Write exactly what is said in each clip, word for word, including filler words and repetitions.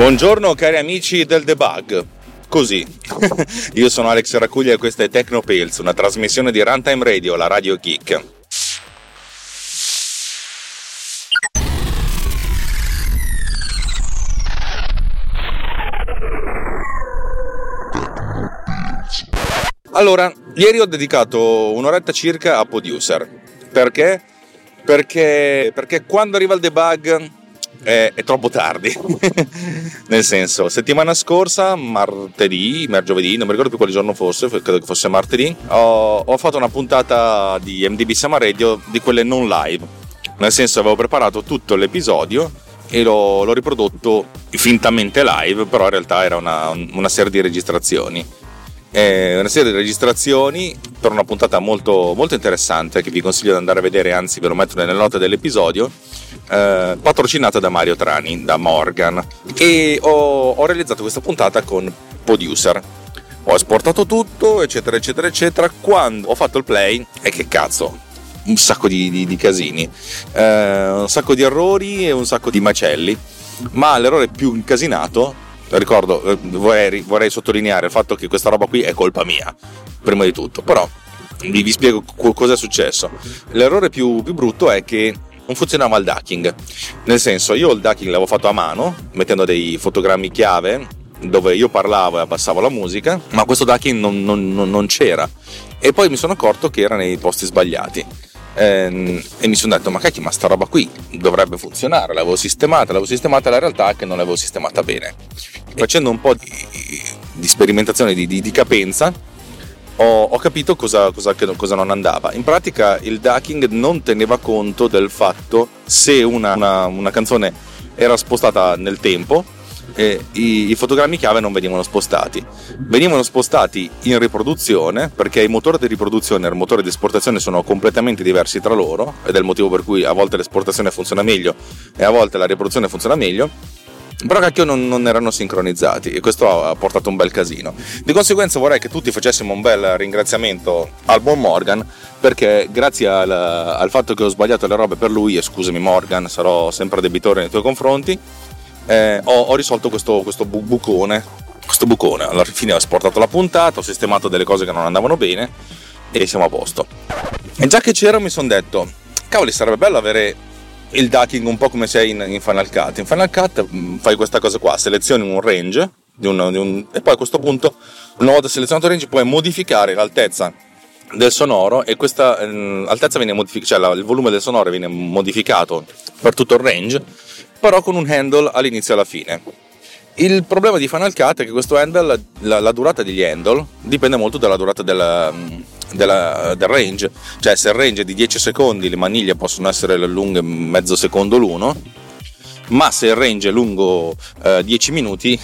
Buongiorno cari amici del debug. Così, io sono Alex Racuglia e questa è Tecnopills, una trasmissione di Runtime Radio, la Radio Geek. Allora, ieri ho dedicato un'oretta circa a Producer. Perché? Perché, perché quando arriva il debug è, è troppo tardi. Nel senso, settimana scorsa, martedì, giovedì, non mi ricordo più quale giorno fosse, credo che fosse martedì, ho, ho fatto una puntata di M D B Summer Radio di quelle non live. Nel senso, avevo preparato tutto l'episodio e l'ho, l'ho riprodotto fintamente live, però in realtà era una, una serie di registrazioni. È una serie di registrazioni per una puntata molto, molto interessante che vi consiglio di andare a vedere, anzi ve lo metto nelle note dell'episodio, eh, patrocinata da Mario Trani, da Morgan, e ho, ho realizzato questa puntata con Producer. Ho esportato tutto, eccetera eccetera eccetera. Quando ho fatto il play, e che cazzo, un sacco di, di, di casini, eh, un sacco di errori e un sacco di macelli, ma l'errore più incasinato, ricordo, vorrei, vorrei sottolineare il fatto che questa roba qui è colpa mia, prima di tutto, però vi, vi spiego cosa è successo. L'errore più, più brutto è che non funzionava il ducking, nel senso, io il ducking l'avevo fatto a mano, mettendo dei fotogrammi chiave dove io parlavo e abbassavo la musica, ma questo ducking non, non, non, non c'era, e poi mi sono accorto che era nei posti sbagliati. E mi sono detto, ma cacchio, ma sta roba qui dovrebbe funzionare, l'avevo sistemata, l'avevo sistemata, la realtà è che non l'avevo sistemata bene. Facendo un po' di, di sperimentazione, di, di, di capenza, ho, ho capito cosa, cosa, cosa non andava. In pratica il ducking non teneva conto del fatto se una, una, una canzone era spostata nel tempo, e i, i fotogrammi chiave non venivano spostati, venivano spostati in riproduzione, perché i motori di riproduzione e il motore di esportazione sono completamente diversi tra loro, ed è il motivo per cui a volte l'esportazione funziona meglio e a volte la riproduzione funziona meglio, però cacchio non, non erano sincronizzati, e questo ha portato un bel casino. Di conseguenza vorrei che tutti facessimo un bel ringraziamento al buon Morgan, perché grazie al, al fatto che ho sbagliato le robe per lui, e scusami Morgan, sarò sempre debitore nei tuoi confronti, Eh, ho, ho risolto questo, questo bu- bucone questo bucone alla fine ho esportato la puntata, ho sistemato delle cose che non andavano bene e siamo a posto. E già che c'ero mi sono detto, cavoli, sarebbe bello avere il ducking un po' come sei in, in Final Cut. In Final Cut mh, fai questa cosa qua, selezioni un range di un, di un, e poi a questo punto, una volta selezionato il range, puoi modificare l'altezza del sonoro, e questa eh, altezza viene modificata, cioè la, il volume del sonoro viene modificato per tutto il range, però con un handle all'inizio e alla fine. Il problema di Final Cut è che questo handle, la, la durata degli handle dipende molto dalla durata della, della, del range, cioè se il range è di dieci secondi le maniglie possono essere lunghe mezzo secondo l'uno, ma se il range è lungo eh, dieci minuti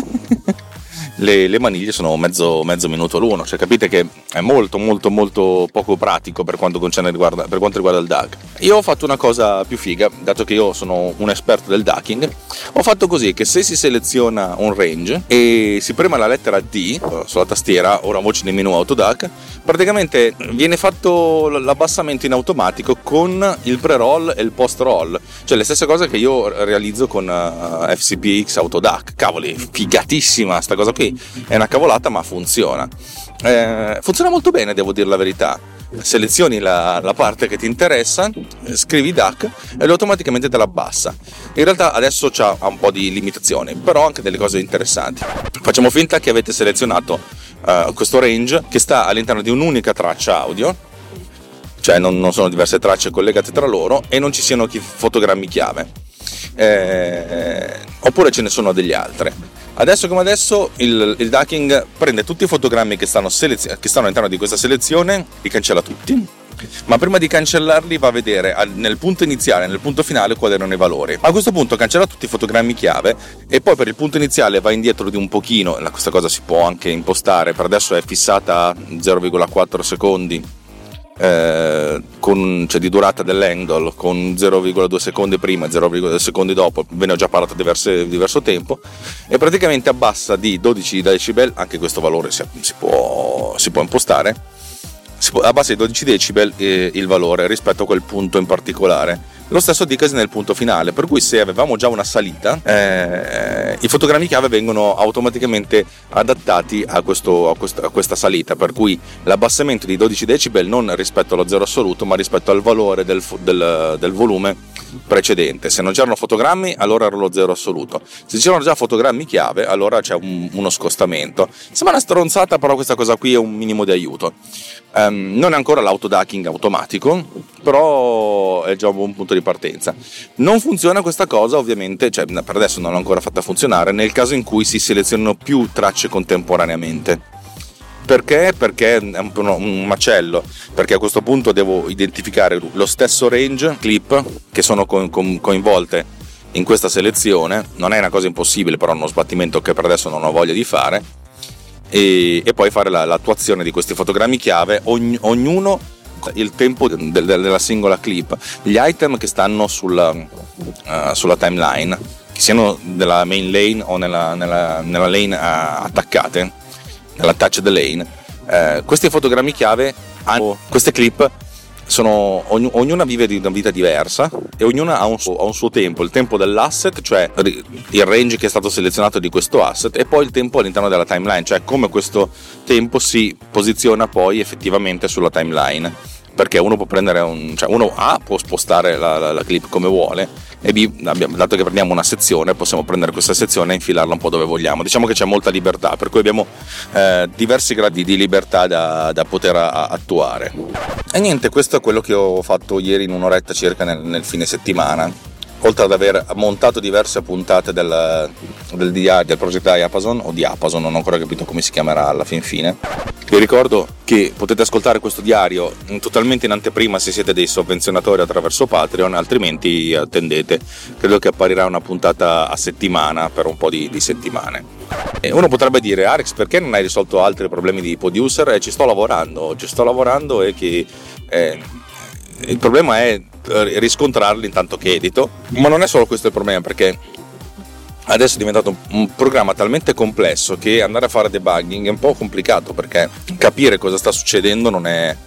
le, le maniglie sono mezzo, mezzo minuto l'uno, cioè capite che è molto molto molto poco pratico per quanto concerne riguarda, per quanto riguarda il D A C. Io ho fatto una cosa più figa, dato che io sono un esperto del ducking, ho fatto così che se si seleziona un range e si prema la lettera D sulla tastiera, ora voce di menu Auto D A C, praticamente viene fatto l'abbassamento in automatico con il pre-roll e il post-roll, cioè le stesse cose che io realizzo con uh, F C P X Auto D A C. Cavoli, figatissima sta cosa qui, è una cavolata ma funziona. Eh, funziona molto bene, devo dire la verità. Selezioni la, la parte che ti interessa, scrivi D A C e lui automaticamente te la abbassa. In realtà adesso c'ha un po' di limitazioni, però anche delle cose interessanti. Facciamo finta che avete selezionato uh, questo range che sta all'interno di un'unica traccia audio, cioè non, non sono diverse tracce collegate tra loro e non ci siano fotogrammi chiave, eh, oppure ce ne sono degli altri. Adesso come adesso il, il ducking prende tutti i fotogrammi che stanno, selezio- che stanno all'interno di questa selezione, li cancella tutti, ma prima di cancellarli va a vedere al, nel punto iniziale e nel punto finale quali erano i valori. A questo punto cancella tutti i fotogrammi chiave e poi per il punto iniziale va indietro di un pochino. Questa cosa si può anche impostare, per adesso è fissata a zero virgola quattro secondi Eh, con, cioè di durata dell'handle, con zero virgola due secondi prima e zero virgola due secondi dopo, ve ne ho già parlato diverse, diverso tempo, e praticamente abbassa di dodici decibel, anche questo valore si, si, può, si può impostare, si può, abbassa di dodici decibel eh, il valore rispetto a quel punto in particolare, Lo stesso dicasi nel punto finale, per cui se avevamo già una salita, eh, i fotogrammi chiave vengono automaticamente adattati a, questo, a, questa, a questa salita, per cui l'abbassamento di dodici decibel non rispetto allo zero assoluto, ma rispetto al valore del, del, del volume precedente. Se non c'erano fotogrammi, allora era lo zero assoluto. Se c'erano già fotogrammi chiave, allora c'è un, uno scostamento. Sembra una stronzata, però questa cosa qui è un minimo di aiuto. Um, non è ancora l'autodacking automatico, però è già un buon punto di partenza. Non funziona questa cosa, ovviamente, cioè per adesso non l'ho ancora fatta funzionare, nel caso in cui si selezionano più tracce contemporaneamente. Perché? Perché è un, un macello, perché a questo punto devo identificare lo stesso range clip che sono co- co- coinvolte in questa selezione. Non è una cosa impossibile, però è uno sbattimento che per adesso non ho voglia di fare, e, e poi fare la, l'attuazione di questi fotogrammi chiave, ogn, ognuno il tempo de, de, della singola clip, gli item che stanno sulla, uh, sulla timeline, che siano nella main lane o nella, nella, nella lane uh, attaccate, nella touch the lane. Eh, questi fotogrammi chiave hanno queste clip, sono, ogn, ognuna vive di una vita diversa e ognuna ha un, suo, ha un suo tempo, il tempo dell'asset, cioè il range che è stato selezionato di questo asset, e poi il tempo all'interno della timeline, cioè come questo tempo si posiziona poi effettivamente sulla timeline. Perché uno può prendere un, cioè uno A può spostare la, la, la clip come vuole, e B, abbiamo, dato che prendiamo una sezione, possiamo prendere questa sezione e infilarla un po' dove vogliamo. Diciamo che c'è molta libertà, per cui abbiamo eh, diversi gradi di libertà da, da poter a, attuare. E niente, questo è quello che ho fatto ieri in un'oretta circa nel, nel fine settimana. Oltre ad aver montato diverse puntate del, del D I, del progetto Diapason, o Diapason, non ho ancora capito come si chiamerà alla fin fine. Vi ricordo che potete ascoltare questo diario totalmente in anteprima se siete dei sovvenzionatori attraverso Patreon, altrimenti attendete, credo che apparirà una puntata a settimana per un po' di, di settimane. E uno potrebbe dire: Alex, perché non hai risolto altri problemi di producer? Eh, ci sto lavorando, ci sto lavorando e che eh, il problema è riscontrarli intanto che edito. Ma non è solo questo il problema, perché adesso è diventato un programma talmente complesso che andare a fare debugging è un po' complicato, perché capire cosa sta succedendo non è,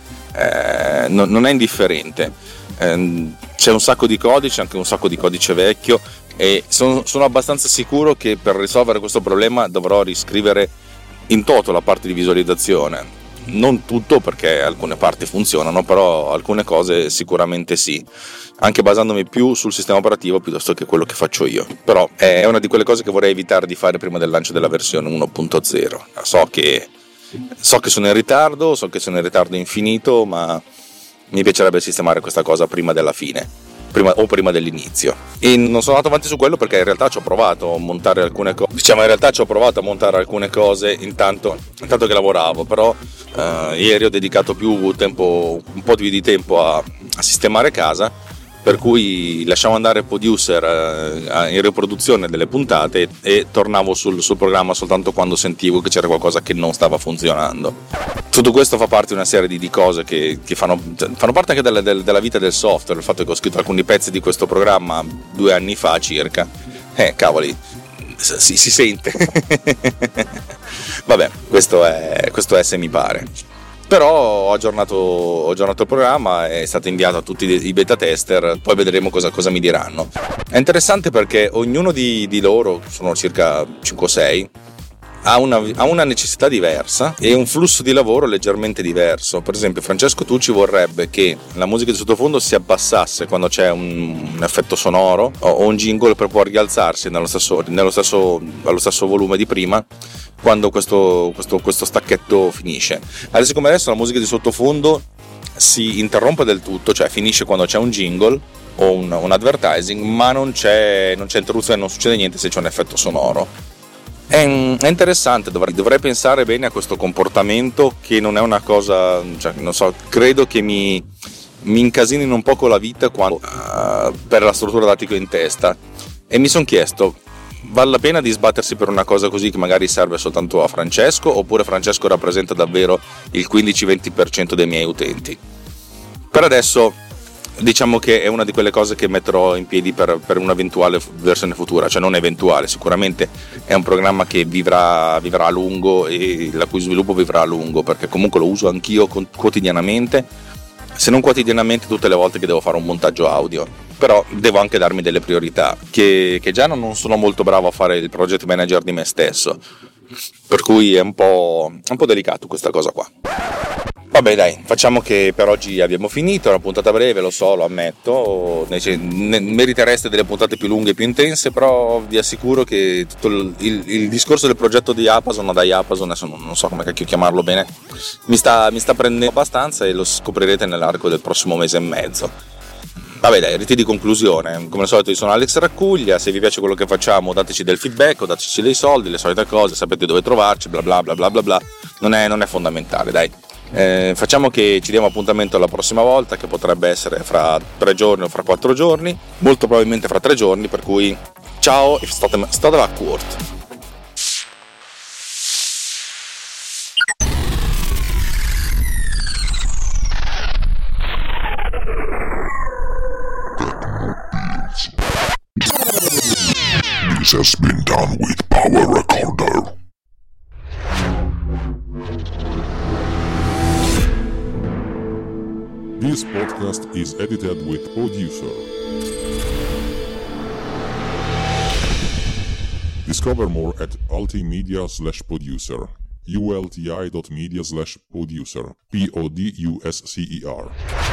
eh, non, non è indifferente. Eh, c'è un sacco di codice, anche un sacco di codice vecchio, e sono, sono abbastanza sicuro che per risolvere questo problema dovrò riscrivere in toto la parte di visualizzazione. Non tutto, perché alcune parti funzionano, però alcune cose sicuramente sì, anche basandomi più sul sistema operativo piuttosto che quello che faccio io. Però è una di quelle cose che vorrei evitare di fare prima del lancio della versione uno punto zero. So che, so che sono in ritardo, so che sono in ritardo infinito, ma mi piacerebbe sistemare questa cosa prima della fine. Prima, o prima dell'inizio. E non sono andato avanti su quello perché in realtà ci ho provato a montare alcune cose. Diciamo in realtà ci ho provato a montare alcune cose intanto, intanto che lavoravo, però eh, ieri ho dedicato più tempo, un po' più di tempo a, a sistemare casa, per cui lasciavo andare Producer eh, in riproduzione delle puntate e, e tornavo sul, sul programma soltanto quando sentivo che c'era qualcosa che non stava funzionando. Tutto questo fa parte di una serie di, di cose che, che fanno, fanno parte anche della, della vita del software. Il fatto che ho scritto alcuni pezzi di questo programma due anni fa circa, eh cavoli, si, si sente. Vabbè, questo è, questo è se mi pare. Però ho aggiornato, ho aggiornato il programma, è stato inviato a tutti i beta tester, poi vedremo cosa, cosa mi diranno. È interessante perché ognuno di, di loro, sono circa cinque o sei, ha una, ha una necessità diversa e un flusso di lavoro leggermente diverso. Per esempio Francesco Tucci vorrebbe che la musica di sottofondo si abbassasse quando c'è un, un effetto sonoro o un jingle, per poi rialzarsi nello stesso, nello stesso, allo stesso volume di prima quando questo, questo, questo stacchetto finisce. Adesso, come adesso la musica di sottofondo si interrompe del tutto, cioè finisce quando c'è un jingle o un, un advertising, ma non c'è, non c'è interruzione, non succede niente se c'è un effetto sonoro. È, è interessante, dovrei, dovrei pensare bene a questo comportamento, che non è una cosa, cioè, non so, credo che mi, mi incasinino un po' con la vita quando, uh, per la struttura dati che ho in testa, e mi sono chiesto: vale la pena di sbattersi per una cosa così che magari serve soltanto a Francesco, oppure Francesco rappresenta davvero il quindici-venti per cento dei miei utenti? Per adesso diciamo che è una di quelle cose che metterò in piedi per, per un'eventuale versione futura, cioè non eventuale, sicuramente è un programma che vivrà, vivrà a lungo, e la cui sviluppo vivrà a lungo, perché comunque lo uso anch'io quotidianamente. se non quotidianamente tutte le volte che devo fare un montaggio audio, però devo anche darmi delle priorità, che, che già non sono molto bravo a fare il project manager di me stesso, per cui è un po', un po' delicato questa cosa qua. Vabbè dai, facciamo che per oggi abbiamo finito, è una puntata breve, lo so, lo ammetto, meritereste delle puntate più lunghe e più intense, però vi assicuro che tutto il, il, il discorso del progetto di Apason o dai Apason, adesso non, non so come cacchio chiamarlo bene, mi sta, mi sta prendendo abbastanza e lo scoprirete nell'arco del prossimo mese e mezzo. Vabbè dai, riti di conclusione, come al solito io sono Alex Raccuglia, se vi piace quello che facciamo dateci del feedback o dateci dei soldi, le solite cose, sapete dove trovarci, bla bla bla bla bla bla, non è, non è fondamentale, dai. Eh, facciamo che ci diamo appuntamento la prossima volta, che potrebbe essere fra tre giorni o fra quattro giorni, molto probabilmente fra tre giorni, per cui ciao e state, state d'accordo. This has been done with Power Recorder. This podcast is edited with Producer. Discover more at ultimedia slash producer. ulti dot media slash producer. P O D U S C E R.